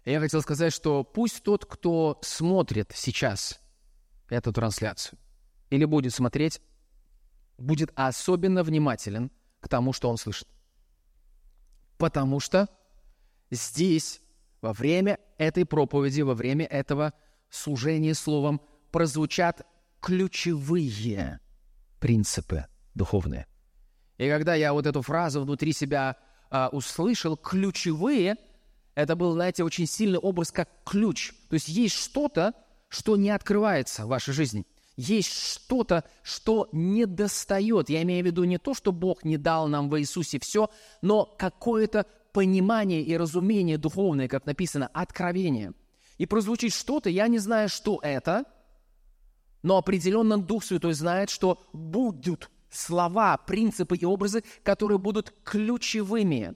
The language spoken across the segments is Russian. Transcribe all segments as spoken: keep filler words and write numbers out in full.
Я хотел сказать, что пусть тот, кто смотрит сейчас эту трансляцию или будет смотреть, будет особенно внимателен к тому, что он слышит. Потому что здесь, во время этой проповеди, во время этого служения словом, прозвучат ключевые принципы духовные. И когда я вот эту фразу внутри себя а, услышал, ключевые, это был, знаете, очень сильный образ, как ключ. То есть есть что-то, что не открывается в вашей жизни. Есть что-то, что недостает. Я имею в виду не то, что Бог не дал нам в Иисусе все, но какое-то понимание и разумение духовное, как написано, откровение. И прозвучит что-то, я не знаю, что это, но определенно Дух Святой знает, что будут слова, принципы и образы, которые будут ключевыми.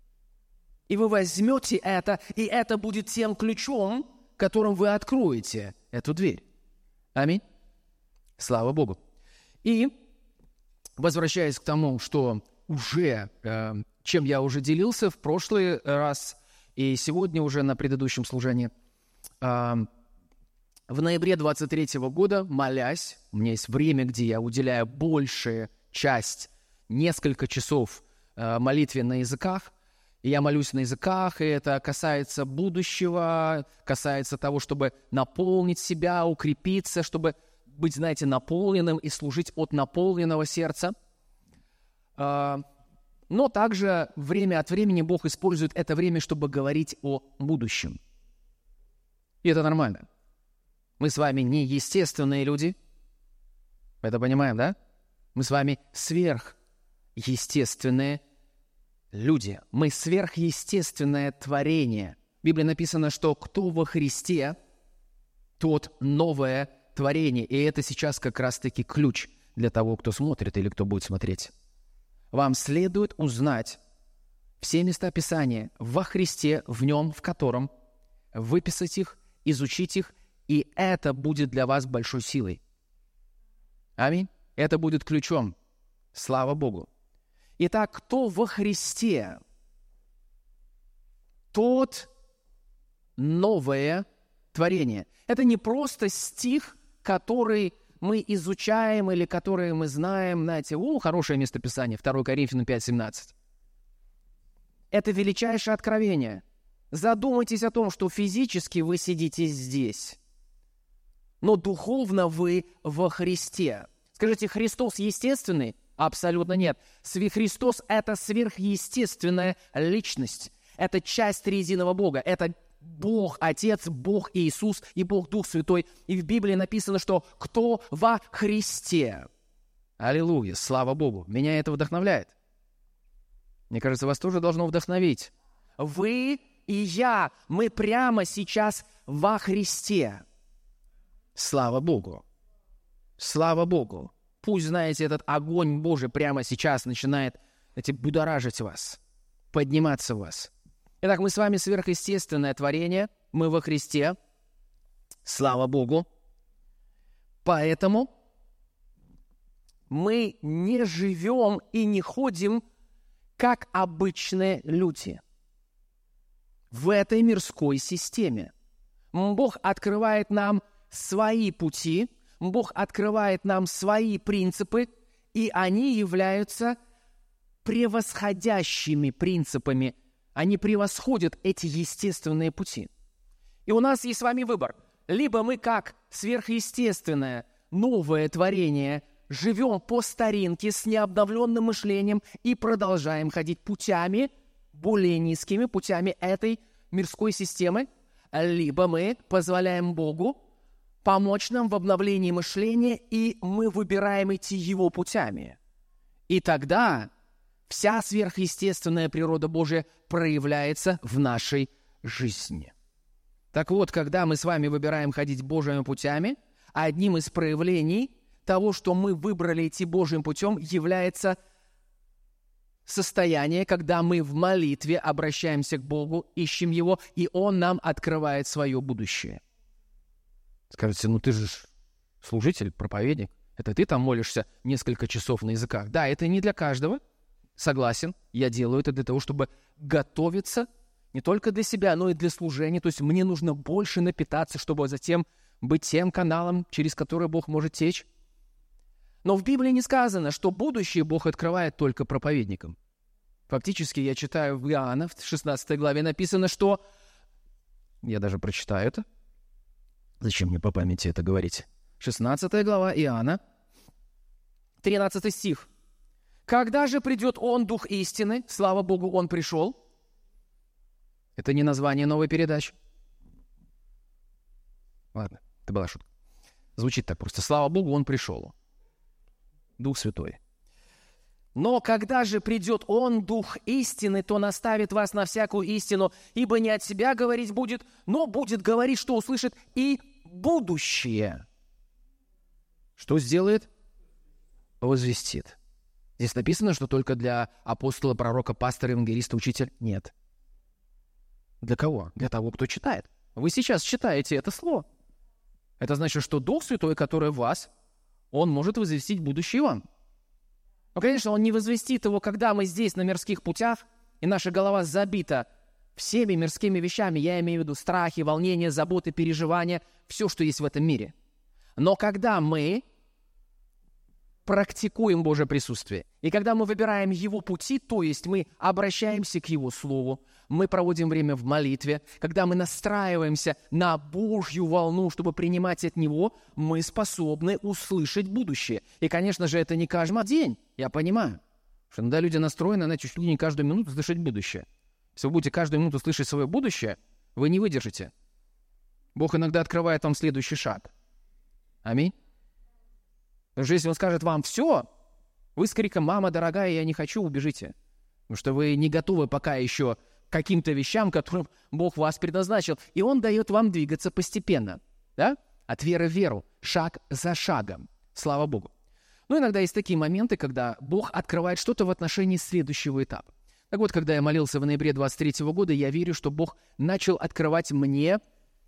И вы возьмете это, и это будет тем ключом, которым вы откроете эту дверь. Аминь. Слава Богу. И, возвращаясь к тому, что уже, э, чем я уже делился в прошлый раз, и сегодня уже на предыдущем служении, э, в ноябре двадцать третьего года, молясь, у меня есть время, где я уделяю большую часть, несколько часов э, молитве на языках, и я молюсь на языках, и это касается будущего, касается того, чтобы наполнить себя, укрепиться, чтобы быть, знаете, наполненным и служить от наполненного сердца. Но также время от времени Бог использует это время, чтобы говорить о будущем. И это нормально. Мы с вами не естественные люди. Это понимаем, да? Мы с вами сверхъестественные люди. Мы сверхъестественное творение. В Библии написано, что кто во Христе, тот новое творение. И это сейчас как раз-таки ключ для того, кто смотрит или кто будет смотреть. Вам следует узнать все места Писания во Христе, в Нем, в котором, выписать их, изучить их, и это будет для вас большой силой. Аминь. Это будет ключом. Слава Богу. Итак, кто во Христе, тот новое творение. Это не просто стих, который мы изучаем или который мы знаем, знаете, о, хорошее местописание, второе Коринфянам пять семнадцать. Это величайшее откровение. Задумайтесь о том, что физически вы сидите здесь, но духовно вы во Христе. Скажите, Христос естественный? Абсолютно нет. Христос – это сверхъестественная личность. Это часть триединого Бога. Это Бог Отец, Бог Иисус и Бог Дух Святой. И в Библии написано, что кто во Христе. Аллилуйя, слава Богу. Меня это вдохновляет. Мне кажется, вас тоже должно вдохновить. Вы и я, мы прямо сейчас во Христе. Слава Богу. Слава Богу. Пусть, знаете, этот огонь Божий прямо сейчас начинает, знаете, будоражить вас, подниматься в вас. Итак, мы с вами сверхъестественное творение, мы во Христе. Слава Богу. Поэтому мы не живем и не ходим, как обычные люди в этой мирской системе. Бог открывает нам свои пути, Бог открывает нам свои принципы, и они являются превосходящими принципами. Они превосходят эти естественные пути. И у нас есть с вами выбор. Либо мы, как сверхъестественное новое творение, живем по старинке с необновленным мышлением и продолжаем ходить путями, более низкими путями этой мирской системы, либо мы позволяем Богу помочь нам в обновлении мышления, и мы выбираем идти Его путями. И тогда вся сверхъестественная природа Божия проявляется в нашей жизни. Так вот, когда мы с вами выбираем ходить Божьими путями, одним из проявлений того, что мы выбрали идти Божьим путем, является состояние, когда мы в молитве обращаемся к Богу, ищем Его, и Он нам открывает свое будущее. Скажете, ну ты же служитель, проповедник. Это ты там молишься несколько часов на языках. Да, это не для каждого. Согласен, я делаю это для того, чтобы готовиться не только для себя, но и для служения. То есть мне нужно больше напитаться, чтобы затем быть тем каналом, через который Бог может течь. Но в Библии не сказано, что будущее Бог открывает только проповедникам. Фактически я читаю в Иоанна, в шестнадцатой главе написано, что... Я даже прочитаю это. Зачем мне по памяти это говорить? шестнадцатая глава Иоанна, тринадцатый стих. «Когда же придет Он, Дух истины, слава Богу, Он пришел». Это не название новой передачи. Ладно, это была шутка. Звучит так просто. Слава Богу, Он пришел. Дух Святой. «Но когда же придет Он, Дух истины, то наставит вас на всякую истину, ибо не от себя говорить будет, но будет говорить, что услышит, и будущее». Что сделает? Возвестит. Здесь написано, что только для апостола, пророка, пастора, евангелиста, учителя? Нет. Для кого? Для того, кто читает. Вы сейчас читаете это слово. Это значит, что Дух Святой, который в вас, Он может возвестить будущее вам. Но, конечно, Он не возвестит его, когда мы здесь, на мирских путях, и наша голова забита всеми мирскими вещами. Я имею в виду страхи, волнения, заботы, переживания, все, что есть в этом мире. Но когда мы практикуем Божье присутствие, и когда мы выбираем Его пути, то есть мы обращаемся к Его Слову, мы проводим время в молитве, когда мы настраиваемся на Божью волну, чтобы принимать от Него, мы способны услышать будущее. И, конечно же, это не каждый день, я понимаю, что иногда люди настроены на чуть ли не каждую минуту слышать будущее. Если вы будете каждую минуту слышать свое будущее, вы не выдержите. Бог иногда открывает вам следующий шаг. Аминь. Потому что если Он скажет вам «все», вы с криком «мама, дорогая, я не хочу», убежите. Потому что вы не готовы пока еще к каким-то вещам, которым Бог вас предназначил. И Он дает вам двигаться постепенно. Да? От веры в веру, шаг за шагом. Слава Богу. Но иногда есть такие моменты, когда Бог открывает что-то в отношении следующего этапа. Так вот, когда я молился в ноябре двадцать третьего года, я верю, что Бог начал открывать мне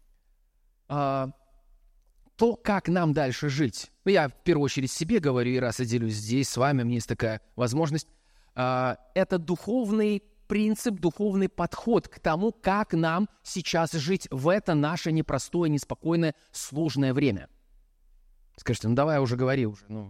э, то, как нам дальше жить. Ну, я в первую очередь себе говорю, и раз я делюсь здесь с вами, у меня есть такая возможность. Э, это духовный принцип, духовный подход к тому, как нам сейчас жить в это наше непростое, неспокойное, сложное время. Скажите, ну давай уже говори уже. Ну,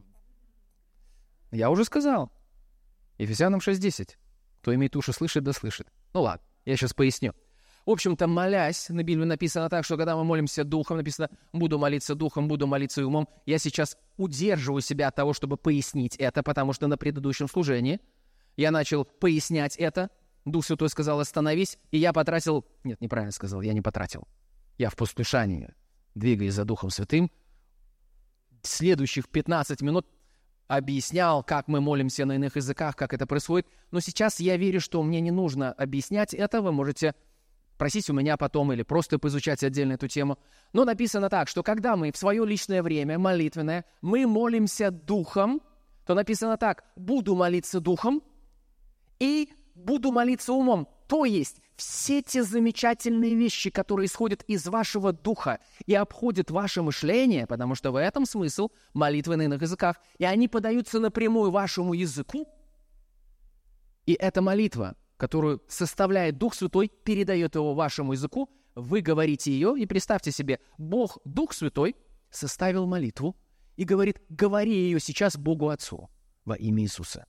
я уже сказал. Ефесянам шесть десять. Кто имеет уши, слышит, да слышит. Ну ладно, я сейчас поясню. В общем-то, молясь, на Библии написано так, что когда мы молимся духом, написано «буду молиться духом, буду молиться и умом». Я сейчас удерживаю себя от того, чтобы пояснить это, потому что на предыдущем служении я начал пояснять это. Дух Святой сказал «остановись», и я потратил... Нет, неправильно сказал, я не потратил. Я в послушании, двигаясь за Духом Святым, следующих пятнадцать минут объяснял, как мы молимся на иных языках, как это происходит. Но сейчас я верю, что мне не нужно объяснять это. Вы можете просить у меня потом или просто поизучать отдельно эту тему. Но написано так, что когда мы в свое личное время, молитвенное, мы молимся духом, то написано так: «буду молиться духом и буду молиться умом». То есть все те замечательные вещи, которые исходят из вашего духа и обходят ваше мышление, потому что в этом смысл молитвы на иных языках, и они подаются напрямую вашему языку, и эта молитва, которую составляет Дух Святой, передает его вашему языку, вы говорите ее, и представьте себе, Бог, Дух Святой, составил молитву и говорит: говори ее сейчас Богу Отцу во имя Иисуса.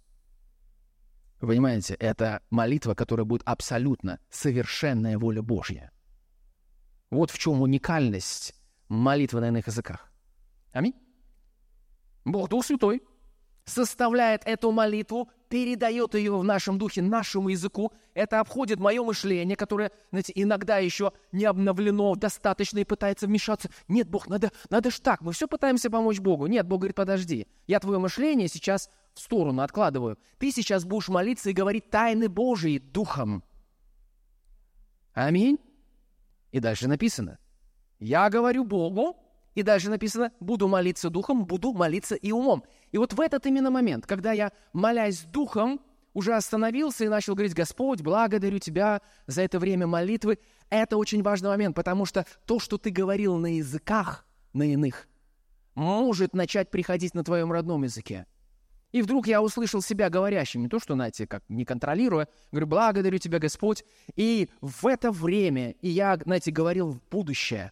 Вы понимаете, это молитва, которая будет абсолютно совершенная воля Божья. Вот в чем уникальность молитвы на иных языках. Аминь. Бог, Дух Святой, составляет эту молитву, передает ее в нашем духе, нашему языку. Это обходит мое мышление, которое, знаете, иногда еще не обновлено достаточно и пытается вмешаться. Нет, Бог, надо, надо ж так, мы все пытаемся помочь Богу. Нет, Бог говорит: подожди, я твое мышление сейчас в сторону откладываю. Ты сейчас будешь молиться и говорить тайны Божьи духом. Аминь. И дальше написано: я говорю Богу, и дальше написано: буду молиться духом, буду молиться и умом. И вот в этот именно момент, когда я, молясь духом, уже остановился и начал говорить: Господь, благодарю Тебя за это время молитвы, это очень важный момент, потому что то, что ты говорил на языках, на иных, может начать приходить на твоем родном языке. И вдруг я услышал себя говорящим, не то что, знаете, как не контролируя, говорю, благодарю Тебя, Господь. И в это время, и я, знаете, говорил в будущее,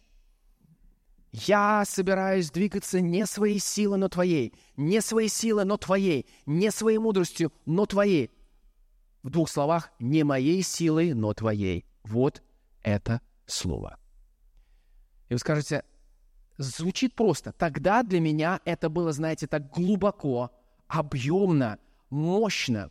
я собираюсь двигаться не своей силой, но Твоей, не своей силой, но Твоей, не своей мудростью, но Твоей. В двух словах, не моей силой, но Твоей. Вот это слово. И вы скажете, звучит просто. Тогда для меня это было, знаете, так глубоко, объемно, мощно.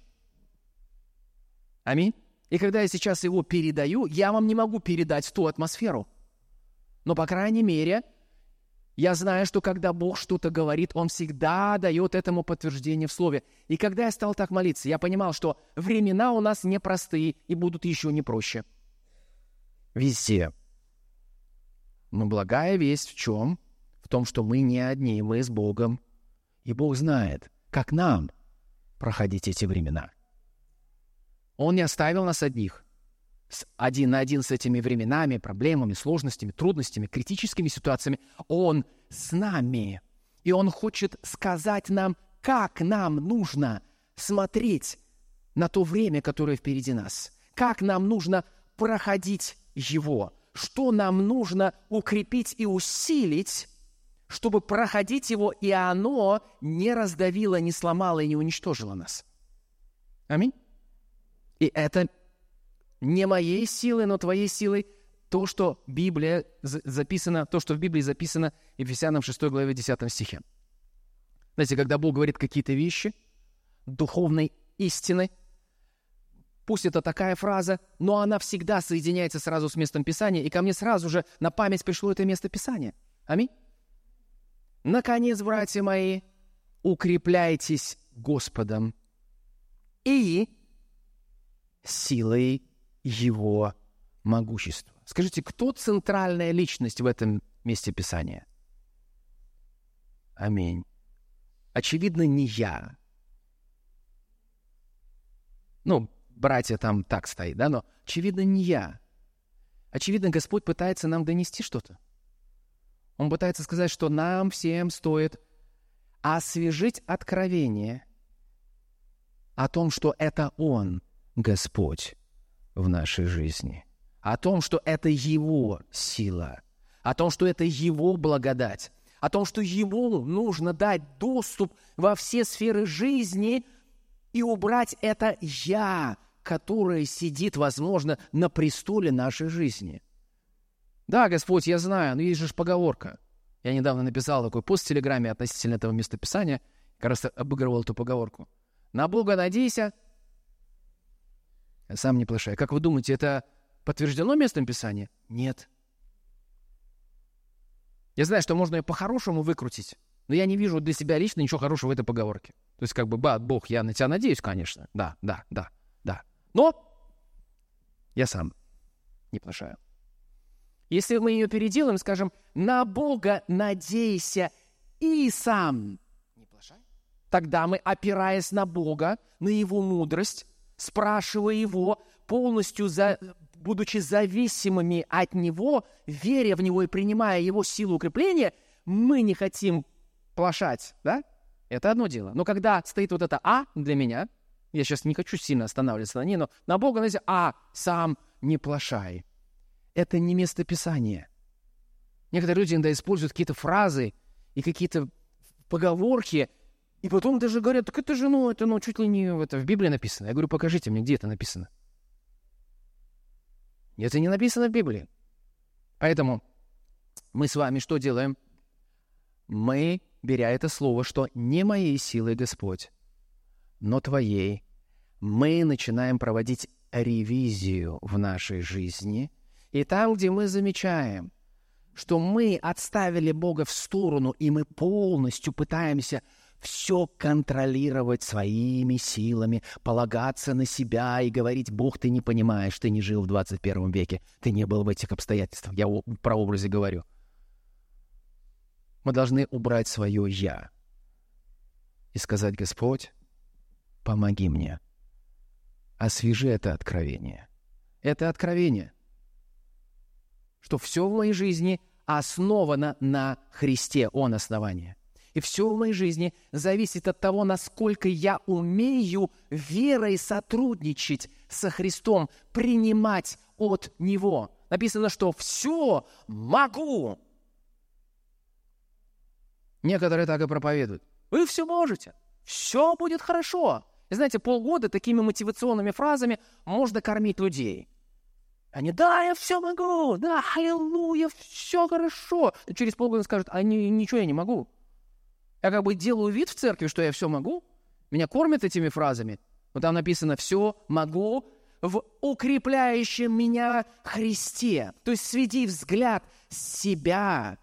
Аминь. И когда я сейчас его передаю, я вам не могу передать ту атмосферу. Но, по крайней мере, я знаю, что когда Бог что-то говорит, Он всегда дает этому подтверждение в Слове. И когда я стал так молиться, я понимал, что времена у нас непростые и будут еще не проще. Везде. Но благая весть в чем? В том, что мы не одни, мы с Богом. И Бог знает, как нам проходить эти времена. Он не оставил нас одних, один на один с этими временами, проблемами, сложностями, трудностями, критическими ситуациями. Он с нами. И Он хочет сказать нам, как нам нужно смотреть на то время, которое впереди нас. Как нам нужно проходить его. Что нам нужно укрепить и усилить, чтобы проходить его, и оно не раздавило, не сломало и не уничтожило нас. Аминь. И это не моей силой, но Твоей силой то, что Библия записано, то, что в Библии записано Ефесянам шестой главе десятом стихе. Знаете, когда Бог говорит какие-то вещи, духовной истины, пусть это такая фраза, но она всегда соединяется сразу с местом Писания, и ко мне сразу же на память пришло это место Писания. Аминь. Наконец, братья мои, укрепляйтесь Господом и силой Его могущества. Скажите, кто центральная личность в этом месте Писания? Аминь. Очевидно, не я. Ну, братья там так стоит, да, но очевидно, не я. Очевидно, Господь пытается нам донести что-то. Он пытается сказать, что нам всем стоит освежить откровение о том, что это Он, Господь, в нашей жизни. О том, что это Его сила. О том, что это Его благодать. О том, что Ему нужно дать доступ во все сферы жизни и убрать это «я», которое сидит, возможно, на престоле нашей жизни. Да, Господь, я знаю, но есть же поговорка. Я недавно написал такой пост в Телеграме относительно этого местописания, как раз обыгрывал эту поговорку. На Бога надейся, а сам не плашай. Как вы думаете, это подтверждено местом Писания? Нет. Я знаю, что можно ее по-хорошему выкрутить, но я не вижу для себя лично ничего хорошего в этой поговорке. То есть как бы, ба, Бог, я на тебя надеюсь, конечно. Да, да, да, да. Но я сам не плашаю. Если мы ее переделаем, скажем, на Бога надейся и сам не плашай, тогда мы, опираясь на Бога, на Его мудрость, спрашивая Его, полностью за, будучи зависимыми от Него, веря в Него и принимая Его силу укрепления, мы не хотим плашать, да? Это одно дело. Но когда стоит вот это «а» для меня, я сейчас не хочу сильно останавливаться на ней, но на Бога надейся, а сам не плашай. Это не местописание. Некоторые люди иногда используют какие-то фразы и какие-то поговорки, и потом даже говорят, так это же, ну, это, ну, чуть ли не это в Библии написано. Я говорю, покажите мне, где это написано. Это не написано в Библии. Поэтому мы с вами что делаем? Мы, беря это слово, что не моей силой, Господь, но Твоей, мы начинаем проводить ревизию в нашей жизни. И там, где мы замечаем, что мы отставили Бога в сторону, и мы полностью пытаемся все контролировать своими силами, полагаться на себя и говорить, Бог, ты не понимаешь, ты не жил в двадцать первом веке, ты не был в этих обстоятельствах. Я о прообразе говорю. Мы должны убрать свое «я» и сказать, Господь, помоги мне, освежи это откровение. Это откровение, что все в моей жизни основано на Христе, Он основание. И все в моей жизни зависит от того, насколько я умею верой сотрудничать со Христом, принимать от Него. Написано, что все могу. Некоторые так и проповедуют. Вы все можете, все будет хорошо. И знаете, полгода такими мотивационными фразами можно кормить людей. Они, да, я все могу, да, аллилуйя, все хорошо. И через полгода скажут, а не, ничего я не могу. Я как бы делаю вид в церкви, что я все могу. Меня кормят этими фразами. Но там написано «все могу в укрепляющем меня Христе». То есть сведи взгляд с себя,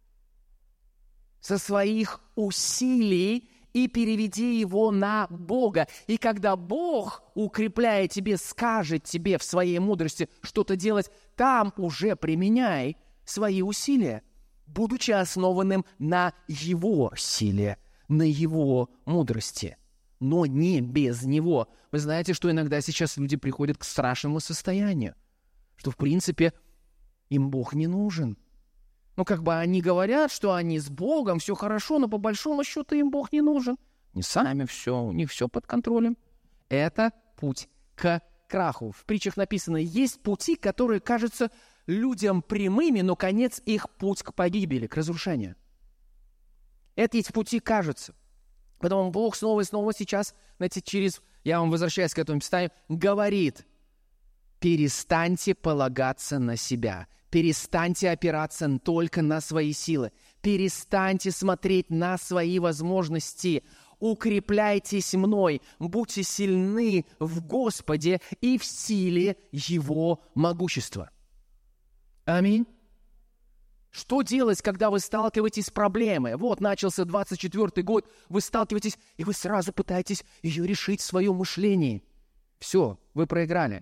со своих усилий, и переведи его на Бога. И когда Бог, укрепляя тебе, скажет тебе в своей мудрости что-то делать, там уже применяй свои усилия, будучи основанным на Его силе, на Его мудрости, но не без Него. Вы знаете, что иногда сейчас люди приходят к страшному состоянию, что, в принципе, им Бог не нужен. Ну, как бы они говорят, что они с Богом, все хорошо, но по большому счету им Бог не нужен. Не сами все, у них все под контролем. Это путь к краху. В притчах написано, есть пути, которые кажутся людям прямыми, но конец их путь к погибели, к разрушению. Это эти пути кажутся. Поэтому Бог снова и снова сейчас, знаете, через, я вам возвращаюсь к этому писанию, говорит, перестаньте полагаться на себя. Перестаньте опираться только на свои силы. Перестаньте смотреть на свои возможности. Укрепляйтесь мной. Будьте сильны в Господе и в силе Его могущества. Аминь. Что делать, когда вы сталкиваетесь с проблемой? Вот начался двадцать четвёртый год, вы сталкиваетесь, и вы сразу пытаетесь ее решить в своем мышлении. Все, вы проиграли.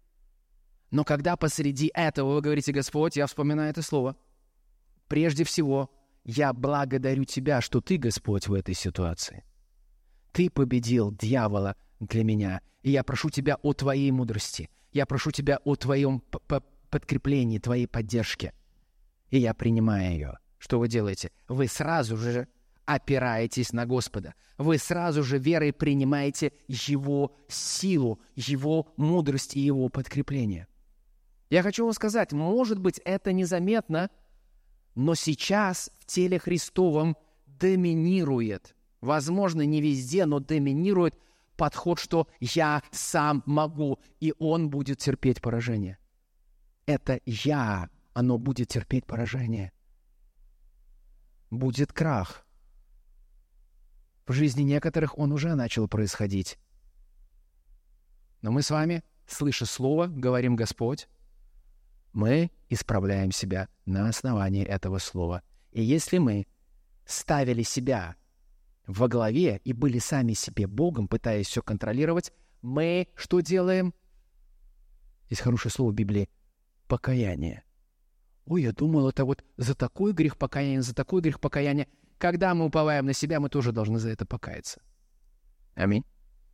Но когда посреди этого вы говорите, Господь, я вспоминаю это слово. Прежде всего, я благодарю Тебя, что Ты, Господь, в этой ситуации. Ты победил дьявола для меня. И я прошу Тебя о Твоей мудрости. Я прошу Тебя о Твоем подкреплении, Твоей поддержке. И я принимаю ее. Что вы делаете? Вы сразу же опираетесь на Господа. Вы сразу же верой принимаете Его силу, Его мудрость и Его подкрепление. Я хочу вам сказать, может быть, это незаметно, но сейчас в теле Христовом доминирует, возможно, не везде, но доминирует подход, что я сам могу, и он будет терпеть поражение. Это я, оно будет терпеть поражение. Будет крах. В жизни некоторых он уже начал происходить. Но мы с вами, слыша слово, говорим, Господь, мы исправляем себя на основании этого слова. И если мы ставили себя во главе и были сами себе Богом, пытаясь все контролировать, мы что делаем? Есть хорошее слово в Библии — покаяние. Ой, я думал, это вот за такой грех покаяния, за такой грех покаяния. Когда мы уповаем на себя, мы тоже должны за это покаяться. Аминь.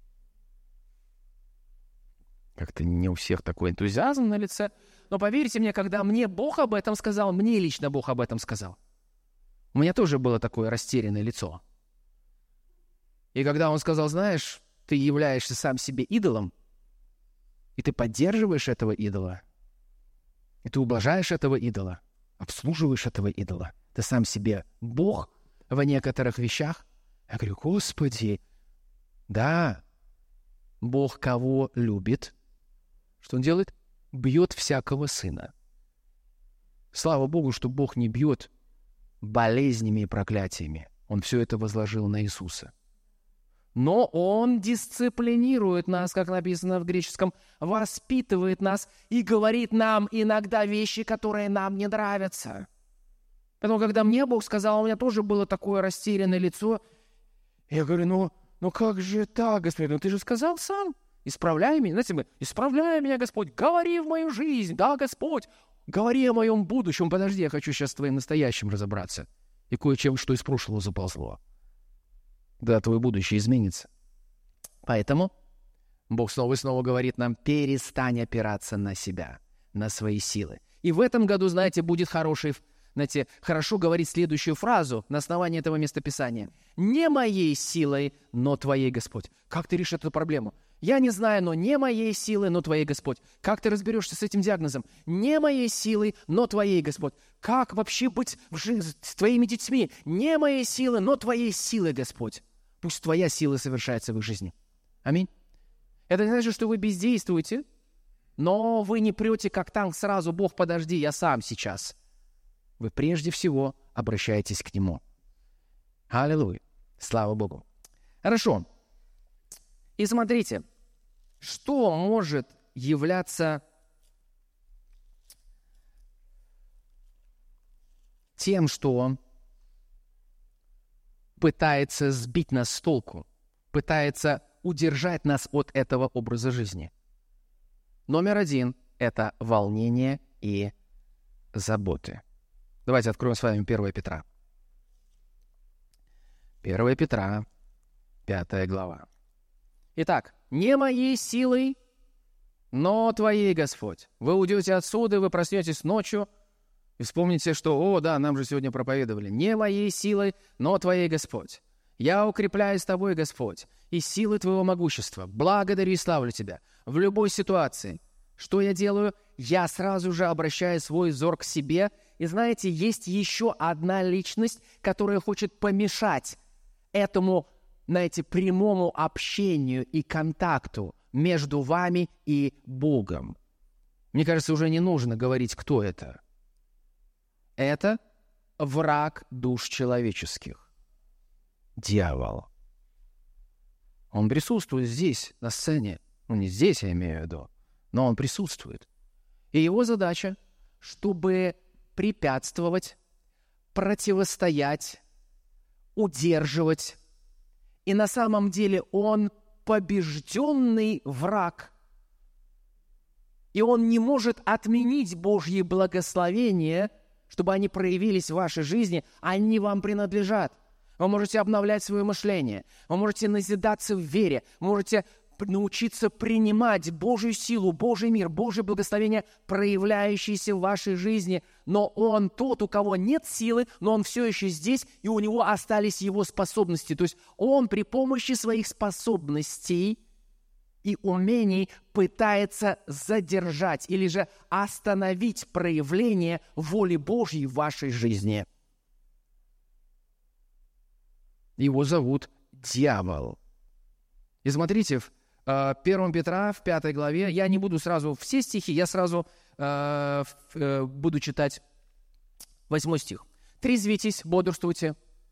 Как-то не у всех такой энтузиазм на лице. Но поверьте мне, когда мне Бог об этом сказал, мне лично Бог об этом сказал, у меня тоже было такое растерянное лицо. И когда Он сказал, знаешь, ты являешься сам себе идолом, и ты поддерживаешь этого идола, и ты ублажаешь этого идола, обслуживаешь этого идола, ты сам себе Бог в некоторых вещах. Я говорю, Господи, да, Бог кого любит? Что Он делает? Бьет всякого сына. Слава Богу, что Бог не бьет болезнями и проклятиями. Он все это возложил на Иисуса. Но Он дисциплинирует нас, как написано в греческом, воспитывает нас и говорит нам иногда вещи, которые нам не нравятся. Поэтому, когда мне Бог сказал, у меня тоже было такое растерянное лицо, я говорю, ну, ну как же так, Господь? Ну ты же сказал сам. Исправляй меня. Знаете, мы, исправляй меня, Господь, говори в мою жизнь. Да, Господь, говори о моем будущем. Подожди, я хочу сейчас с твоим настоящим разобраться. И кое-чем, что из прошлого заползло. Да, твое будущее изменится. Поэтому Бог снова и снова говорит нам, перестань опираться на себя, на свои силы. И в этом году, знаете, будет хороший, знаете, хорошо говорить следующую фразу на основании этого местописания. «Не моей силой, но Твоей, Господь». Как ты решишь эту проблему? Я не знаю, но не моей силой, но Твоей, Господь. Как ты разберешься с этим диагнозом? Не моей силой, но Твоей, Господь. Как вообще быть в жи- с Твоими детьми? Не моей силой, но Твоей силой, Господь. Пусть Твоя сила совершается в их жизни. Аминь. Это не значит, что вы бездействуете, но вы не прете как танк сразу: «Бог, подожди, я сам сейчас». Вы прежде всего обращаетесь к Нему. Аллилуйя. Слава Богу. Хорошо. И смотрите, что может являться тем, что пытается сбить нас с толку, пытается удержать нас от этого образа жизни. Номер один – это волнение и заботы. Давайте откроем с вами первое Петра. первое Петра, пятая глава. Итак, «Не моей силой, но Твоей, Господь». Вы уйдете отсюда, вы проснетесь ночью и вспомните, что, о, да, нам же сегодня проповедовали. «Не моей силой, но Твоей, Господь. Я укрепляюсь Тобой, Господь, и силой Твоего могущества. Благодарю и славлю Тебя в любой ситуации». Что я делаю? Я сразу же обращаю свой взор к себе. И знаете, есть еще одна личность, которая хочет помешать этому, знаете, прямому общению и контакту между вами и Богом. Мне кажется, уже не нужно говорить, кто это. Это враг душ человеческих. Дьявол. Он присутствует здесь, на сцене. Ну, не здесь, я имею в виду, но он присутствует. И его задача, чтобы препятствовать, противостоять, удерживать. И на самом деле он побежденный враг. И он не может отменить Божьи благословения, чтобы они проявились в вашей жизни, они вам принадлежат. Вы можете обновлять свое мышление, вы можете назидаться в вере, вы можете научиться принимать Божью силу, Божий мир, Божье благословение, проявляющиеся в вашей жизни. Но он тот, у кого нет силы, но он все еще здесь, и у него остались его способности. То есть он при помощи своих способностей и умений пытается задержать или же остановить проявление воли Божьей в вашей жизни. Его зовут дьявол. И смотрите, в первое Петра, в пятой главе, я не буду сразу все стихи, я сразу э, э, буду читать восьмой стих. «Трезвитесь, бодрствуйте».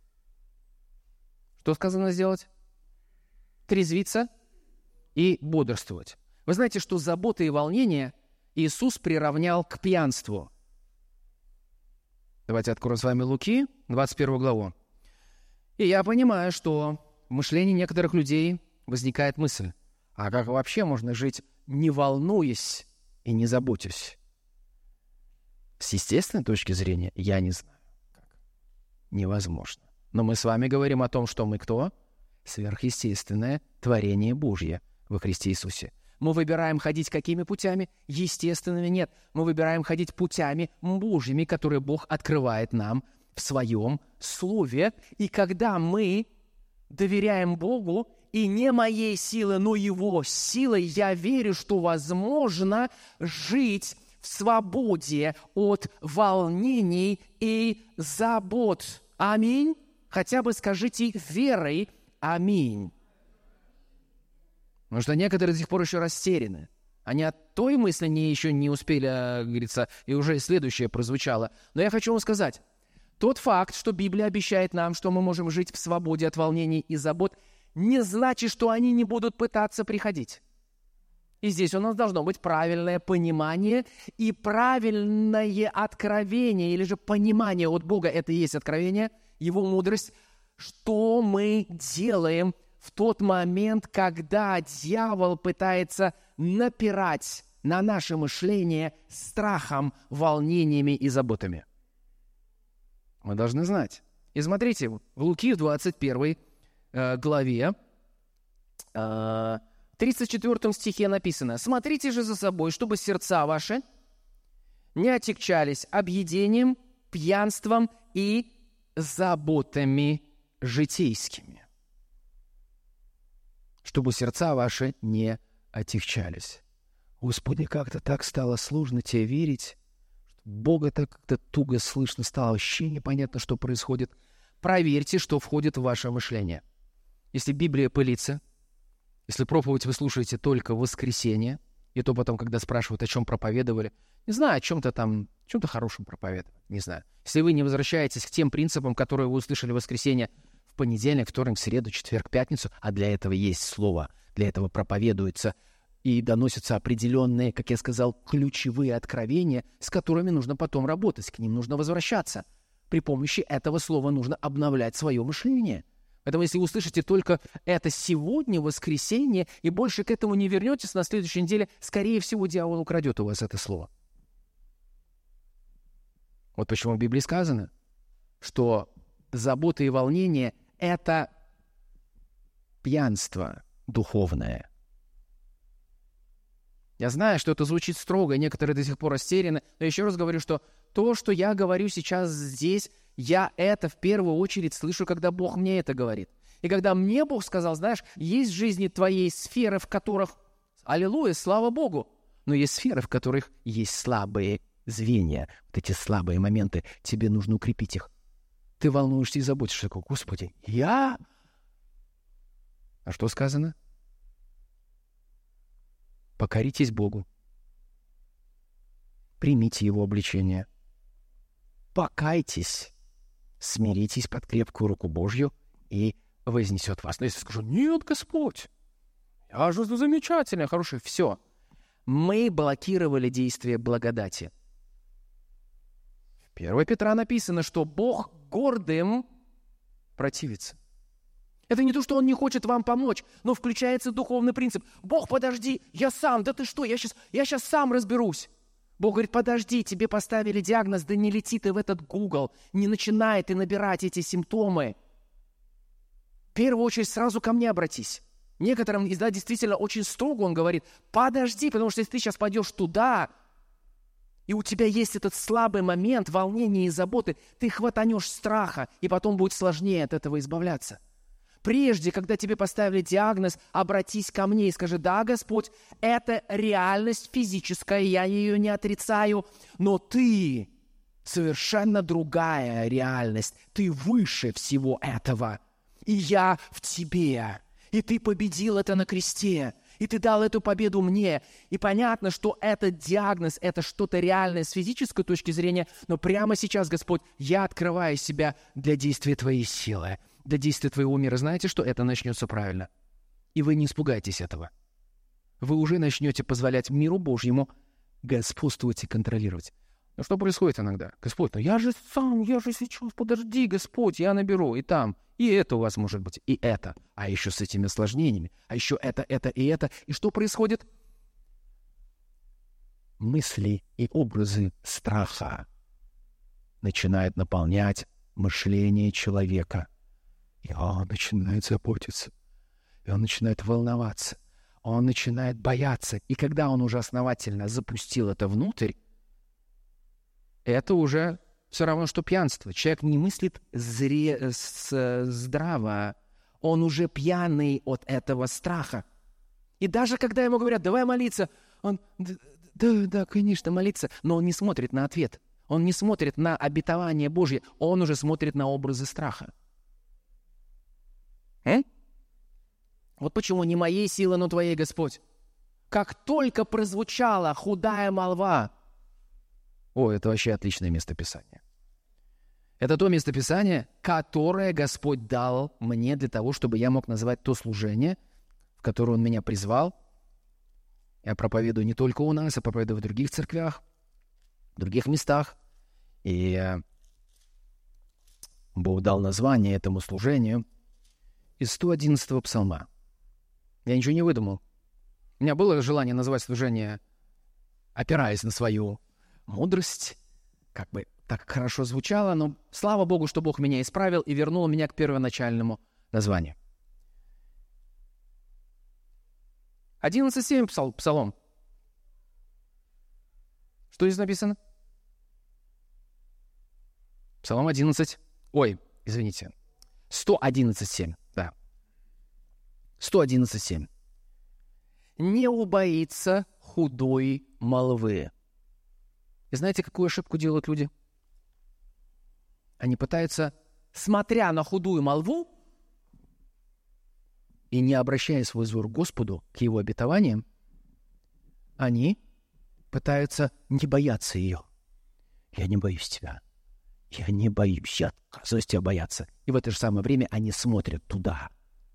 Что сказано сделать? Трезвиться и бодрствовать. Вы знаете, что заботы и волнения Иисус приравнял к пьянству. Давайте откроем с вами Луки, двадцать первую главу. И я понимаю, что в мышлении некоторых людей возникает мысль: а как вообще можно жить, не волнуясь и не заботясь? С естественной точки зрения я не знаю, как. Невозможно. Но мы с вами говорим о том, что мы кто? Сверхъестественное творение Божье во Христе Иисусе. Мы выбираем ходить какими путями? Естественными нет. Мы выбираем ходить путями Божьими, которые Бог открывает нам в Своем Слове. И когда мы доверяем Богу, и не моей силой, но Его силой, я верю, что возможно жить в свободе от волнений и забот. Аминь. Хотя бы скажите верой аминь. Потому что некоторые до сих пор еще растеряны. Они от той мысли не, еще не успели, как говорится, и уже следующее прозвучало. Но я хочу вам сказать, тот факт, что Библия обещает нам, что мы можем жить в свободе от волнений и забот, не значит, что они не будут пытаться приходить. И здесь у нас должно быть правильное понимание и правильное откровение, или же понимание от Бога, это и есть откровение, Его мудрость, что мы делаем в тот момент, когда дьявол пытается напирать на наше мышление страхом, волнениями и заботами. Мы должны знать. И смотрите, в Луки в двадцать первой э, главе, э, тридцать четвёртом стихе написано: «Смотрите же за собой, чтобы сердца ваши не отягчались объедением пьянством и заботами житейскими, чтобы сердца ваши не отягчались. Господи, как-то так стало сложно тебе верить, что Бога так как-то туго слышно стало, вообще непонятно, что происходит. Проверьте, что входит в ваше мышление. Если Библия пылится, если проповедь вы слушаете только в воскресенье, и то потом, когда спрашивают, о чем проповедовали, не знаю, о чем-то там, о чем-то хорошем проповедовали, не знаю. Если вы не возвращаетесь к тем принципам, которые вы услышали в воскресенье, в понедельник, вторник, среду, четверг, пятницу, а для этого есть слово, для этого проповедуется и доносятся определенные, как я сказал, ключевые откровения, с которыми нужно потом работать, к ним нужно возвращаться. При помощи этого слова нужно обновлять свое мышление. Поэтому если вы услышите только это сегодня, в воскресенье, и больше к этому не вернетесь на следующей неделе, скорее всего, дьявол украдет у вас это слово. Вот почему в Библии сказано, что забота и волнение — это пьянство духовное. Я знаю, что это звучит строго, и некоторые до сих пор растеряны, но еще раз говорю, что то, что я говорю сейчас здесь, я это в первую очередь слышу, когда Бог мне это говорит. И когда мне Бог сказал, знаешь, есть в жизни твоей сферы, в которых, аллилуйя, слава Богу, но есть сферы, в которых есть слабые звенья, вот эти слабые моменты, тебе нужно укрепить их. Ты волнуешься и заботишься, такой, Господи, я? А что сказано? Покоритесь Богу. Примите Его обличение. Покайтесь. Смиритесь под крепкую руку Божью, и вознесет вас. Но если скажу, нет, Господь, я же замечательный, хороший, все. Мы блокировали действие благодати. В первое Петра написано, что Бог гордым противится. Это не то, что Он не хочет вам помочь, но включается духовный принцип. Бог, подожди, я сам, да ты что, я сейчас, я сейчас сам разберусь. Бог говорит, подожди, тебе поставили диагноз, да не лети ты в этот Google, не начинай ты набирать эти симптомы. В первую очередь сразу ко мне обратись. Некоторым, да, действительно, очень строго он говорит, подожди, потому что если ты сейчас пойдешь туда, и у тебя есть этот слабый момент волнения и заботы, ты хватанешь страха, и потом будет сложнее от этого избавляться. Прежде, когда тебе поставили диагноз, обратись ко мне и скажи, да, Господь, это реальность физическая, я ее не отрицаю, но ты совершенно другая реальность, ты выше всего этого, и я в тебе, и ты победил это на кресте, и ты дал эту победу мне, и понятно, что этот диагноз, это что-то реальное с физической точки зрения, но прямо сейчас, Господь, я открываю себя для действия Твоей силы, для действия Твоего мира. Знаете, что это начнется правильно? И вы не испугайтесь этого. Вы уже начнете позволять миру Божьему господствовать и контролировать. Но что происходит иногда? Господь, ну я же сам, я же сейчас, подожди, Господь, я наберу, и там, и это у вас может быть, и это, а еще с этими осложнениями, а еще это, это и это. И что происходит? Мысли и образы страха начинают наполнять мышление человека. И он начинает заботиться, и он начинает волноваться, он начинает бояться. И когда он уже основательно запустил это внутрь, это уже все равно, что пьянство. Человек не мыслит зре... с... здраво, он уже пьяный от этого страха. И даже когда ему говорят, давай молиться, он, да, да, да, конечно, молиться, но он не смотрит на ответ, он не смотрит на обетование Божье, он уже смотрит на образы страха. Э? Вот почему не моей силы, но Твоей, Господь. Как только прозвучала худая молва, о, это вообще отличное местописание. Это то местописание, которое Господь дал мне для того, чтобы я мог назвать то служение, в которое Он меня призвал. Я проповедую не только у нас, я проповедую в других церквях, в других местах. И Бог дал название этому служению из сто одиннадцатого псалма. Я ничего не выдумал. У меня было желание назвать служение, опираясь на свою мудрость, как бы так хорошо звучало, но слава Богу, что Бог меня исправил и вернул меня к первоначальному названию. одиннадцать семь псал, псалом. Что здесь написано? Псалом одиннадцать. Ой, извините. сто одиннадцать семь. Да. сто одиннадцать семь. Не убоится худой молвы. И знаете, какую ошибку делают люди? Они пытаются, смотря на худую молву и не обращая свой взор к Господу, к Его обетованиям, они пытаются не бояться ее. Я не боюсь тебя. Я не боюсь. Я отказываюсь тебя бояться. И в это же самое время они смотрят туда.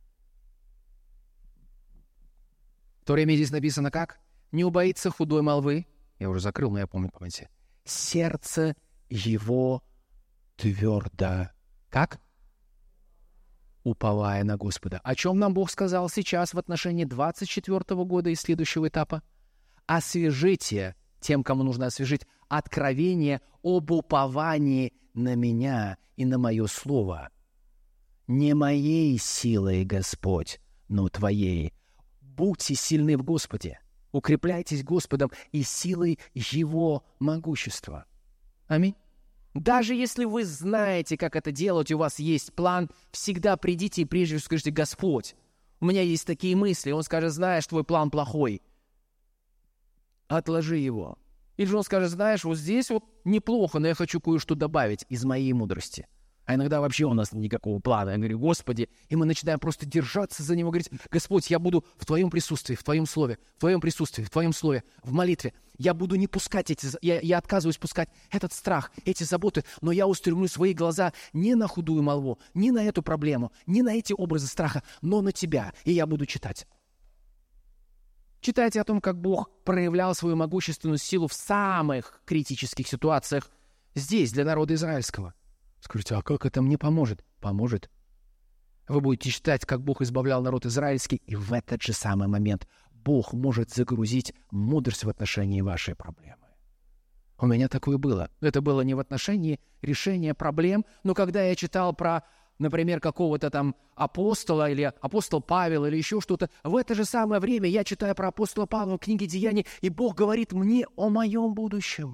В то время здесь написано как? Не убоится худой молвы. Я уже закрыл, но я помню, помните. Сердце его твердо. Как? Уповая на Господа. О чем нам Бог сказал сейчас в отношении двадцать четвёртого года и следующего этапа? Освежите, тем, кому нужно освежить, откровение об уповании на меня и на мое слово. Не моей силой, Господь, но Твоей. Будьте сильны в Господе, укрепляйтесь Господом и силой Его могущества. Аминь. Даже если вы знаете, как это делать, у вас есть план, всегда придите и прежде всего скажите: Господь, у меня есть такие мысли. Он скажет: знаешь, твой план плохой. Отложи его. Или же он скажет: знаешь, вот здесь вот неплохо, но я хочу кое-что добавить из моей мудрости. А иногда вообще у нас никакого плана. Я говорю: Господи, и мы начинаем просто держаться за него, говорить: Господь, я буду в Твоем присутствии, в Твоем слове, в Твоем присутствии, в Твоем слове, в молитве. Я буду не пускать эти, я, я отказываюсь пускать этот страх, эти заботы, но я устремлю свои глаза не на худую молву, не на эту проблему, не на эти образы страха, но на Тебя, и я буду читать. Читайте о том, как Бог проявлял свою могущественную силу в самых критических ситуациях здесь, для народа израильского. Скажите: а как это мне поможет? Поможет. Вы будете читать, как Бог избавлял народ израильский, и в этот же самый момент Бог может загрузить мудрость в отношении вашей проблемы. У меня такое было. Это было не в отношении решения проблем, но когда я читал про, например, какого-то там апостола, или апостол Павел, или еще что-то, в это же самое время я читаю про апостола Павла в книге Деяний, и Бог говорит мне о моем будущем.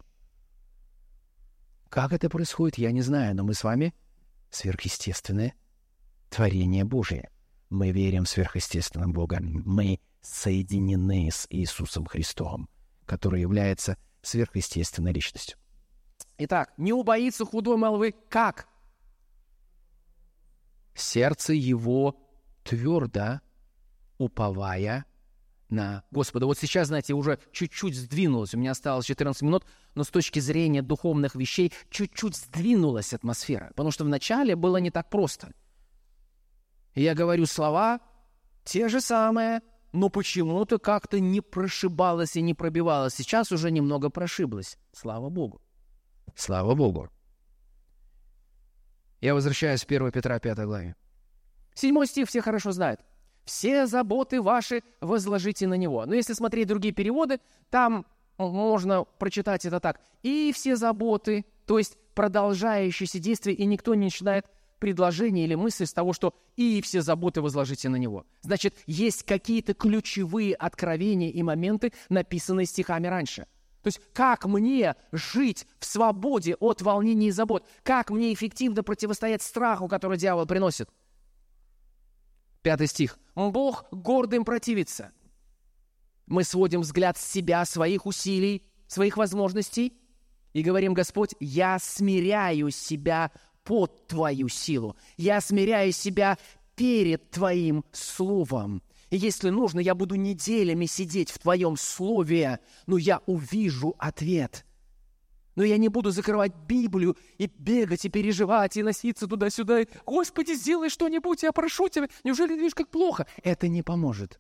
Как это происходит, я не знаю, но мы с вами сверхъестественное творение Божие. Мы верим в сверхъестественного Бога. Мы соединены с Иисусом Христом, который является сверхъестественной личностью. Итак, не убоится худой молвы как? Сердце его твердо, уповая на Господа. Вот сейчас, знаете, уже чуть-чуть сдвинулось. У меня осталось четырнадцать минут, но с точки зрения духовных вещей чуть-чуть сдвинулась атмосфера. Потому что вначале было не так просто. И я говорю слова те же самые, но почему-то как-то не прошибалось и не пробивалось. Сейчас уже немного прошиблось. Слава Богу. Слава Богу. Я возвращаюсь в первое Петра пятой главе. Седьмой стих все хорошо знают. «Все заботы ваши возложите на Него». Но если смотреть другие переводы, там можно прочитать это так. «И все заботы», то есть продолжающиеся действия, и никто не начинает предложение или мысль с того, что «и все заботы возложите на Него». Значит, есть какие-то ключевые откровения и моменты, написанные стихами раньше. То есть как мне жить в свободе от волнений и забот? Как мне эффективно противостоять страху, который дьявол приносит? Пятый стих. «Бог гордым противится». Мы сводим взгляд с себя, своих усилий, своих возможностей и говорим: Господь, я смиряю себя под Твою силу. Я смиряю себя перед Твоим Словом. И если нужно, я буду неделями сидеть в Твоем Слове, но я увижу ответ. Но я не буду закрывать Библию и бегать, и переживать, и носиться туда-сюда. И, Господи, сделай что-нибудь, я прошу Тебя. Неужели ты видишь, как плохо? Это не поможет.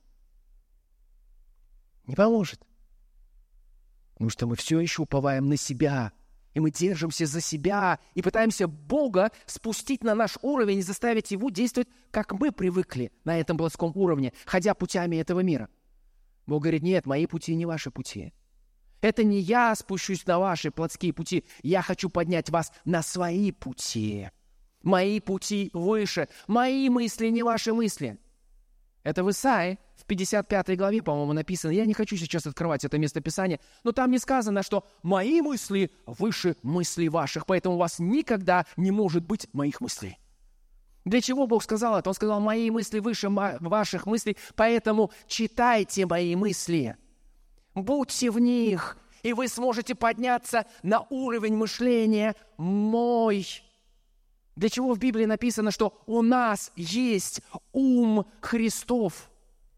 Не поможет. Потому что мы все еще уповаем на себя. И мы держимся за себя и пытаемся Бога спустить на наш уровень и заставить Его действовать, как мы привыкли на этом плоском уровне, ходя путями этого мира. Бог говорит: нет, мои пути не ваши пути. Это не я спущусь на ваши плотские пути. Я хочу поднять вас на свои пути. Мои пути выше. Мои мысли не ваши мысли. Это в Исаии, в пятьдесят пятой главе, по-моему, написано. Я не хочу сейчас открывать это местописание, но там не сказано, что «мои мысли выше мыслей ваших», поэтому у вас никогда не может быть моих мыслей. Для чего Бог сказал это? Он сказал «мои мысли выше ваших мыслей», поэтому читайте мои мысли, будьте в них, и вы сможете подняться на уровень мышления «мой». Для чего в Библии написано, что у нас есть ум Христов?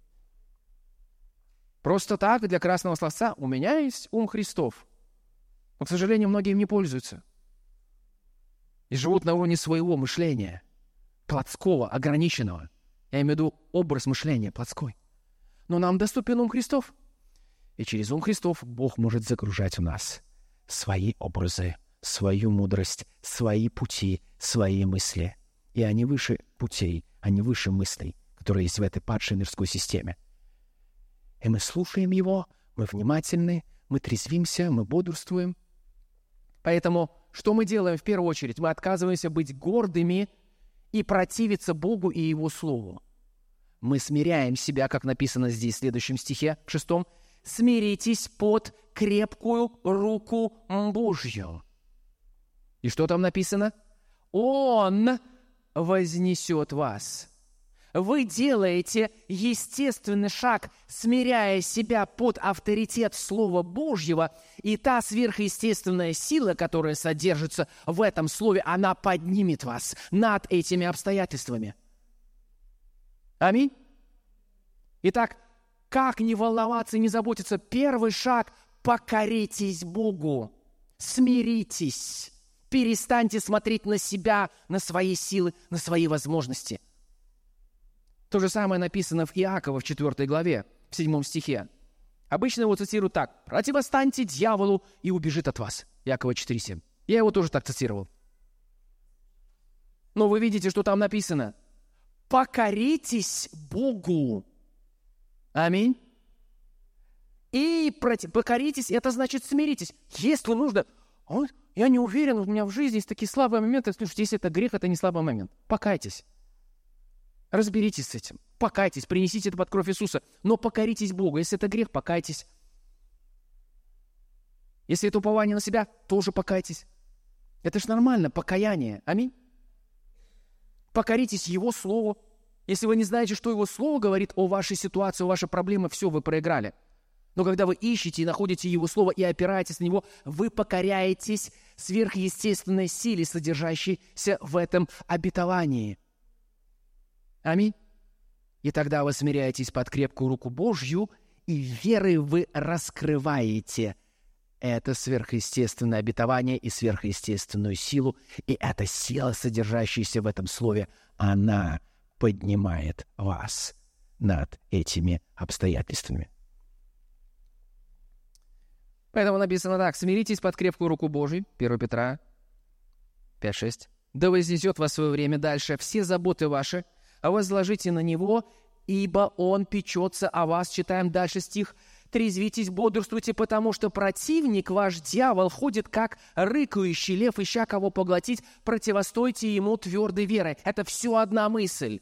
Просто так, для красного словца, у меня есть ум Христов. Но, к сожалению, многие им не пользуются. И живут на уровне своего мышления, плотского, ограниченного. Я имею в виду образ мышления плотской. Но нам доступен ум Христов. И через ум Христов Бог может загружать в нас свои образы, свою мудрость, свои пути, свои мысли. И они выше путей, они выше мыслей, которые есть в этой падшей мирской системе. И мы слушаем Его, мы внимательны, мы трезвимся, мы бодрствуем. Поэтому что мы делаем в первую очередь? Мы отказываемся быть гордыми и противиться Богу и Его Слову. Мы смиряем себя, как написано здесь в следующем стихе, в шестом. «Смиритесь под крепкую руку Божью». И что там написано? «Он вознесет вас». Вы делаете естественный шаг, смиряя себя под авторитет Слова Божьего, и та сверхъестественная сила, которая содержится в этом Слове, она поднимет вас над этими обстоятельствами. Аминь. Итак, как не волноваться и не заботиться? Первый шаг – покоритесь Богу, смиритесь. Перестаньте смотреть на себя, на свои силы, на свои возможности. То же самое написано в Иакова в четвёртой главе, в седьмом стихе. Обычно его цитируют так. «Противостаньте дьяволу, и убежит от вас». Иакова четыре семь. Я его тоже так цитировал. Но вы видите, что там написано. «Покоритесь Богу». Аминь. И против... покоритесь, это значит смиритесь. Если нужно... Ой, я не уверен, у меня в жизни есть такие слабые моменты. Слушайте, если это грех, это не слабый момент. Покайтесь. Разберитесь с этим. Покайтесь, принесите это под кровь Иисуса. Но покоритесь Богу. Если это грех, покайтесь. Если это упование на себя, тоже покайтесь. Это ж нормально, покаяние. Аминь. Покоритесь Его Слову. Если вы не знаете, что Его Слово говорит о вашей ситуации, о вашей проблеме, все, вы проиграли. Но когда вы ищете и находите Его Слово и опираетесь на Него, вы покоряетесь сверхъестественной силе, содержащейся в этом обетовании. Аминь. И тогда вы смиряетесь под крепкую руку Божью, и верой вы раскрываете это сверхъестественное обетование и сверхъестественную силу. И эта сила, содержащаяся в этом слове, она поднимает вас над этими обстоятельствами. Поэтому написано так. «Смиритесь под крепкую руку Божью». первое Петра пять шесть. «Да вознесет вас в свое время дальше все заботы ваши, а возложите на Него, ибо Он печется о вас». Читаем дальше стих. «Трезвитесь, бодрствуйте, потому что противник ваш, дьявол, ходит, как рыкающий лев, ища кого поглотить. Противостойте ему твердой верой». Это все одна мысль.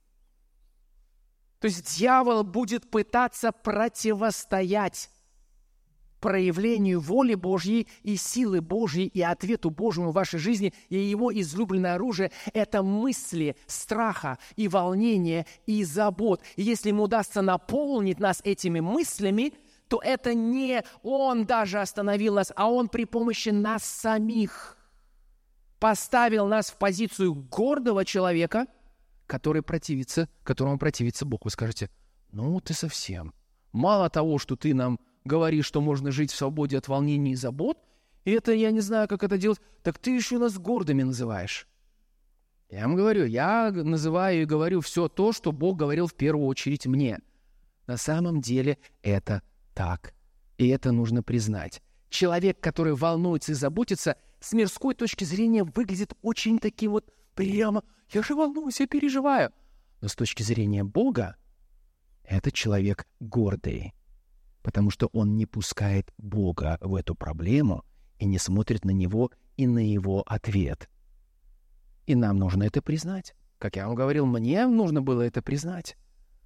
То есть дьявол будет пытаться противостоять проявлению воли Божьей и силы Божьей и ответу Божьему в вашей жизни, и его излюбленное оружие – это мысли страха и волнения и забот. И если ему удастся наполнить нас этими мыслями, то это не он даже остановил нас, а он при помощи нас самих поставил нас в позицию гордого человека, который противится, которому противится Бог. Вы скажете, ну ты совсем. Мало того, что ты нам говоришь, что можно жить в свободе от волнений и забот, и это я не знаю, как это делать, так ты еще нас гордыми называешь. Я вам говорю, я называю и говорю все то, что Бог говорил в первую очередь мне. На самом деле это так, и это нужно признать. Человек, который волнуется и заботится, с мирской точки зрения выглядит очень таким вот прямо, я же волнуюсь, я переживаю. Но с точки зрения Бога, это человек гордый. Потому что он не пускает Бога в эту проблему и не смотрит на Него и на Его ответ. И нам нужно это признать. Как я вам говорил, мне нужно было это признать.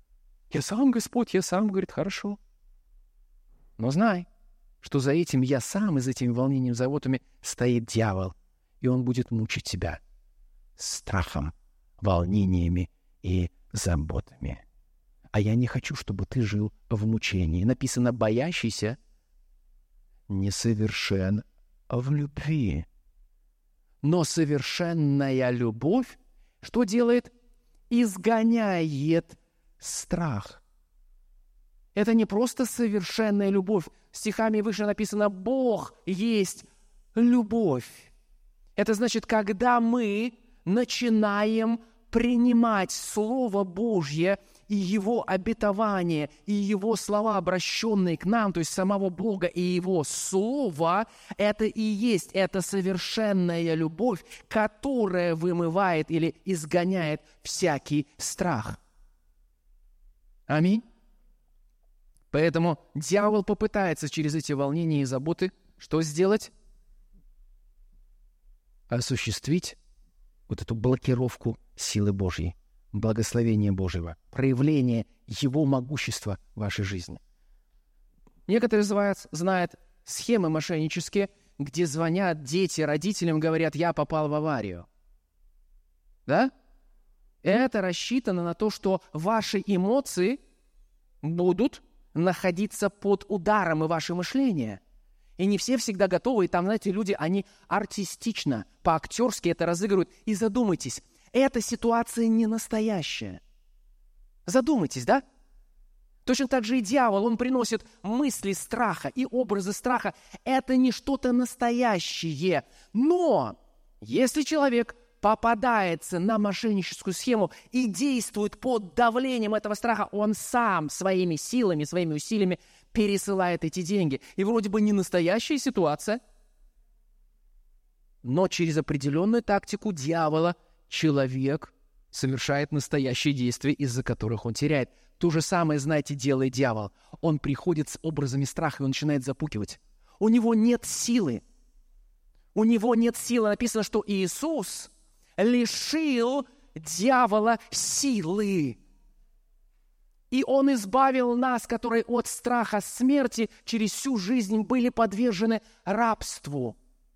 Я сам, Господь, я сам, говорит, хорошо. Но знай, что за этим я сам и за этими волнениями, заботами стоит дьявол, и он будет мучить тебя страхом, волнениями и заботами. А я не хочу, чтобы ты жил в мучении. Написано, боящийся несовершен в любви. Но совершенная любовь что делает? Изгоняет страх. Это не просто совершенная любовь. Стихами выше написано «Бог есть любовь». Это значит, когда мы начинаем принимать Слово Божье и Его обетование, и Его слова, обращенные к нам, то есть самого Бога и Его Слово, это и есть эта совершенная любовь, которая вымывает или изгоняет всякий страх. Аминь. Поэтому дьявол попытается через эти волнения и заботы что сделать? Осуществить вот эту блокировку силы Божьей, благословения Божьего, проявление Его могущества в вашей жизни. Некоторые знают, знают схемы мошеннические, где звонят дети родителям, говорят, я попал в аварию. Да? Это рассчитано на то, что ваши эмоции будут находиться под ударом и ваше мышление. И не все всегда готовы, и там, знаете, люди, они артистично, по-актерски это разыгрывают. И задумайтесь, эта ситуация не настоящая. Задумайтесь, да? Точно так же и дьявол, он приносит мысли страха и образы страха. Это не что-то настоящее. Но если человек попадается на мошенническую схему и действует под давлением этого страха, он сам своими силами, своими усилиями пересылает эти деньги. И вроде бы не настоящая ситуация, но через определенную тактику дьявола человек совершает настоящие действия, из-за которых он теряет. То же самое, знаете, делает дьявол. Он приходит с образами страха и он начинает запугивать. У него нет силы. У него нет силы. Написано, что Иисус лишил дьявола силы. И Он избавил нас, которые от страха смерти через всю жизнь были подвержены рабству.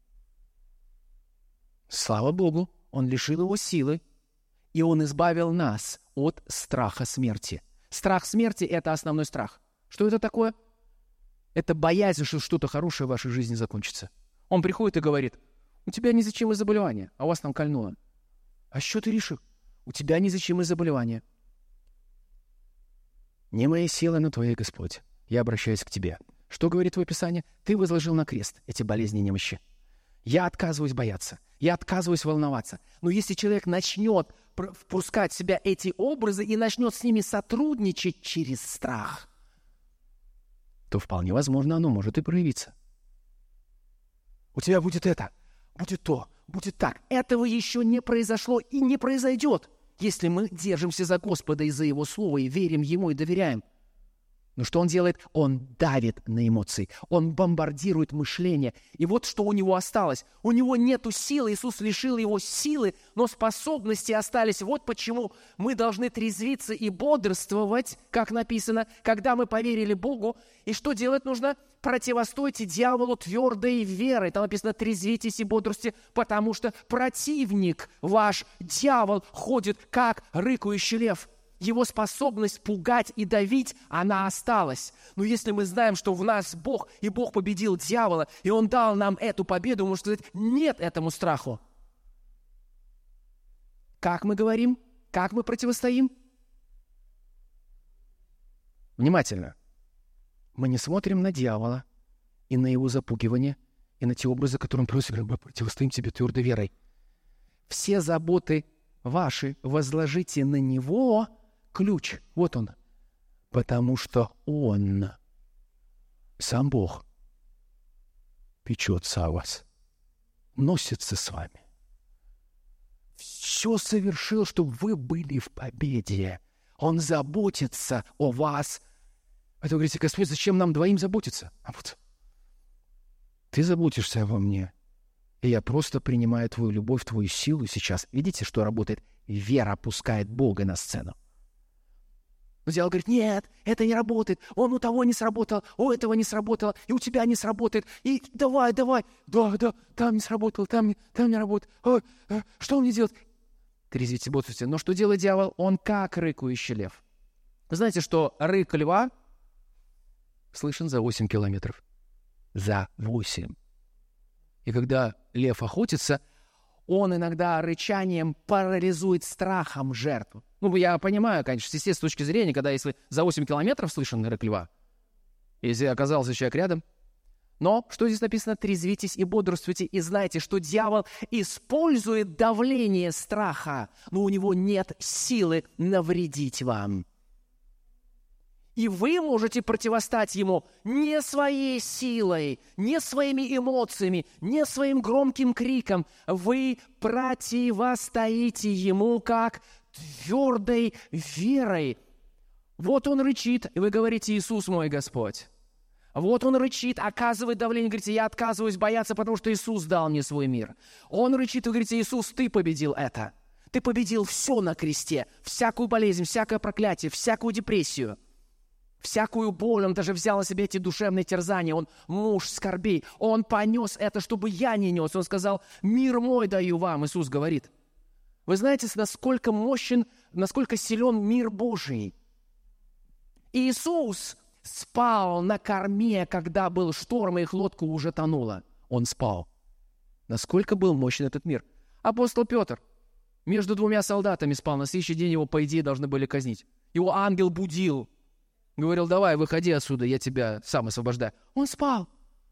Слава Богу, Он лишил его силы, и Он избавил нас от страха смерти. Страх смерти – это основной страх. Что это такое? Это боязнь, что что-то хорошее в вашей жизни закончится. Он приходит и говорит, у тебя неизлечимое заболевание, а у вас там кольнуло. А что ты решил? У тебя неизлечимое заболевание. Не мои силы, но Твои, Господь. Я обращаюсь к Тебе. Что говорит Твое Писание? Ты возложил на крест эти болезни и немощи. Я отказываюсь бояться. Я отказываюсь волноваться. Но если человек начнет впускать в себя эти образы и начнет с ними сотрудничать через страх, то вполне возможно оно может и проявиться. У тебя будет это, будет то, будет так. Этого еще не произошло и не произойдет, если мы держимся за Господа и за Его Слово, и верим Ему и доверяем. Но что Он делает? Он давит на эмоции. Он бомбардирует мышление. И вот что у него осталось. У него нету силы. Иисус лишил его силы, но способности остались. Вот почему мы должны трезвиться и бодрствовать, как написано, когда мы поверили Богу. И что делать нужно? Противостойте дьяволу твердой верой. Там написано, трезвитесь и бодрствуйте, потому что противник ваш, дьявол, ходит, как рыкающий лев. Его способность пугать и давить, она осталась. Но если мы знаем, что в нас Бог, и Бог победил дьявола, и Он дал нам эту победу, мы можем сказать, нет этому страху. Как мы говорим? Как мы противостоим? Внимательно. Мы не смотрим на дьявола и на его запугивание, и на те образы, которые он просит, мы противостоим тебе твердой верой. Все заботы ваши возложите на него. Ключ, вот он. Потому что Он, сам Бог, печется о вас, носится с вами. Все совершил, чтобы вы были в победе. Он заботится о вас. А вы говорите, Господь, зачем нам двоим заботиться? А вот Ты заботишься обо мне, и я просто принимаю Твою любовь, Твою силу сейчас. Видите, что работает? Вера пускает Бога на сцену. Но дьявол говорит: нет, это не работает, он у того не сработал, у этого не сработало, и у тебя не сработает, и давай, давай, да, да, там не сработало, там, там не работает, Ой, а, что мне делать? Трезвите, бодрствуйте. Но что делает дьявол? Он как рыкающий лев. Вы знаете, что рык льва слышен за восемь километров? За восемь. И когда лев охотится, он иногда рычанием парализует страхом жертву. Ну, я понимаю, конечно, с естественной точки зрения, когда если за восемь километров слышен рык льва, если оказался человек рядом. Но, что здесь написано? Трезвитесь и бодрствуйте, и знайте, что дьявол использует давление страха, но у него нет силы навредить вам. И вы можете противостать ему не своей силой, не своими эмоциями, не своим громким криком. Вы противостоите ему как твердой верой. Вот он рычит, и вы говорите: Иисус мой Господь. Вот он рычит, оказывает давление, говорите: я отказываюсь бояться, потому что Иисус дал мне свой мир. Он рычит, и вы говорите: Иисус, ты победил это. Ты победил все на кресте, всякую болезнь, всякое проклятие, всякую депрессию. Всякую боль, он даже взял на себя эти душевные терзания, он муж скорбей, он понес это, чтобы я не нес. Он сказал: мир мой даю вам, Иисус говорит. Вы знаете, насколько мощен, насколько силен мир Божий. Иисус спал на корме, когда был шторм, и их лодка уже тонула. Он спал. Насколько был мощен этот мир. Апостол Петр между двумя солдатами спал, на следующий день его, по идее, должны были казнить. Его ангел будил. Говорил: давай, выходи отсюда, я тебя сам освобождаю. Он спал.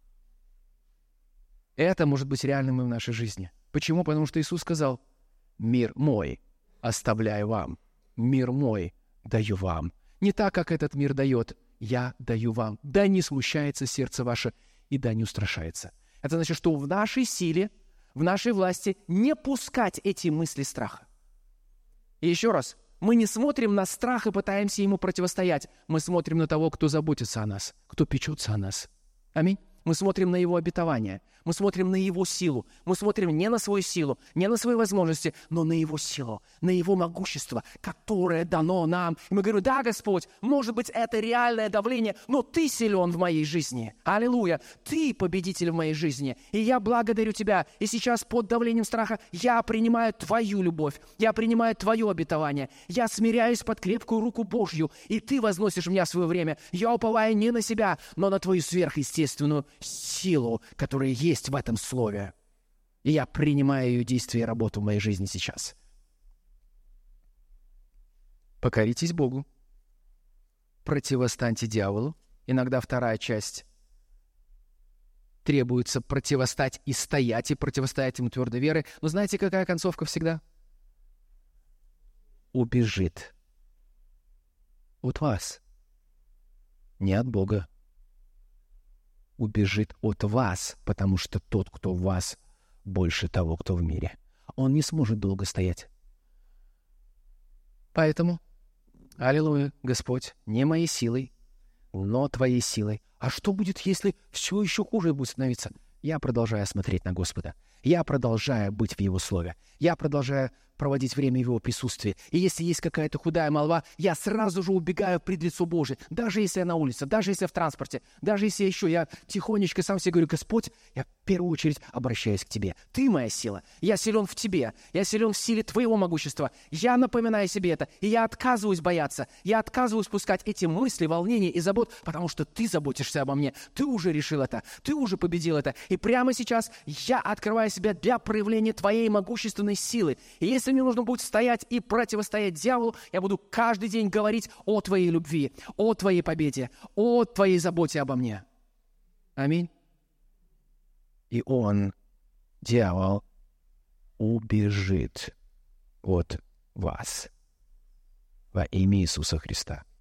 Это может быть реальным и в нашей жизни. Почему? Потому что Иисус сказал: мир мой оставляю вам, мир мой даю вам. Не так, как этот мир дает, я даю вам. Да не смущается сердце ваше, и да не устрашается. Это значит, что в нашей силе, в нашей власти не пускать эти мысли страха. И еще раз, мы не смотрим на страх и пытаемся ему противостоять. Мы смотрим на того, кто заботится о нас, кто печется о нас. Аминь. Мы смотрим на его обетование. Мы смотрим на его силу. Мы смотрим не на свою силу, не на свои возможности, но на его силу, на его могущество, которое дано нам. И мы говорим: да, Господь, может быть, это реальное давление, но Ты силен в моей жизни. Аллилуйя. Ты победитель в моей жизни. И я благодарю Тебя. И сейчас под давлением страха я принимаю Твою любовь. Я принимаю Твое обетование. Я смиряюсь под крепкую руку Божью. И Ты возносишь меня в свое время. Я уповаю не на себя, но на Твою сверхъестественную силу, которая есть в этом слове. И я принимаю ее действие и работу в моей жизни сейчас. Покоритесь Богу. Противостаньте дьяволу. Иногда вторая часть требуется противостать и стоять, и противостоять ему твердой верой. Но знаете, какая концовка всегда? Убежит от вас. Не от Бога. Убежит от вас, потому что тот, кто в вас, больше того, кто в мире. Он не сможет долго стоять. Поэтому, аллилуйя, Господь, не моей силой, но Твоей силой. А что будет, если все еще хуже будет становиться? Я продолжаю смотреть на Господа. Я продолжаю быть в Его Слове. Я продолжаю проводить время в Его присутствии. И если есть какая-то худая молва, я сразу же убегаю пред лицо Божие. Даже если я на улице, даже если я в транспорте, даже если я еще, я тихонечко сам себе говорю: Господь, я в первую очередь обращаюсь к Тебе. Ты моя сила. Я силен в Тебе. Я силен в силе Твоего могущества. Я напоминаю себе это. И я отказываюсь бояться. Я отказываюсь пускать эти мысли, волнения и забот, потому что Ты заботишься обо мне. Ты уже решил это. Ты уже победил это. И прямо сейчас я открываю себя для проявления Твоей могущественной силы. И если мне нужно будет стоять и противостоять дьяволу, я буду каждый день говорить о Твоей любви, о Твоей победе, о Твоей заботе обо мне. Аминь. И он, дьявол, убежит от вас во имя Иисуса Христа.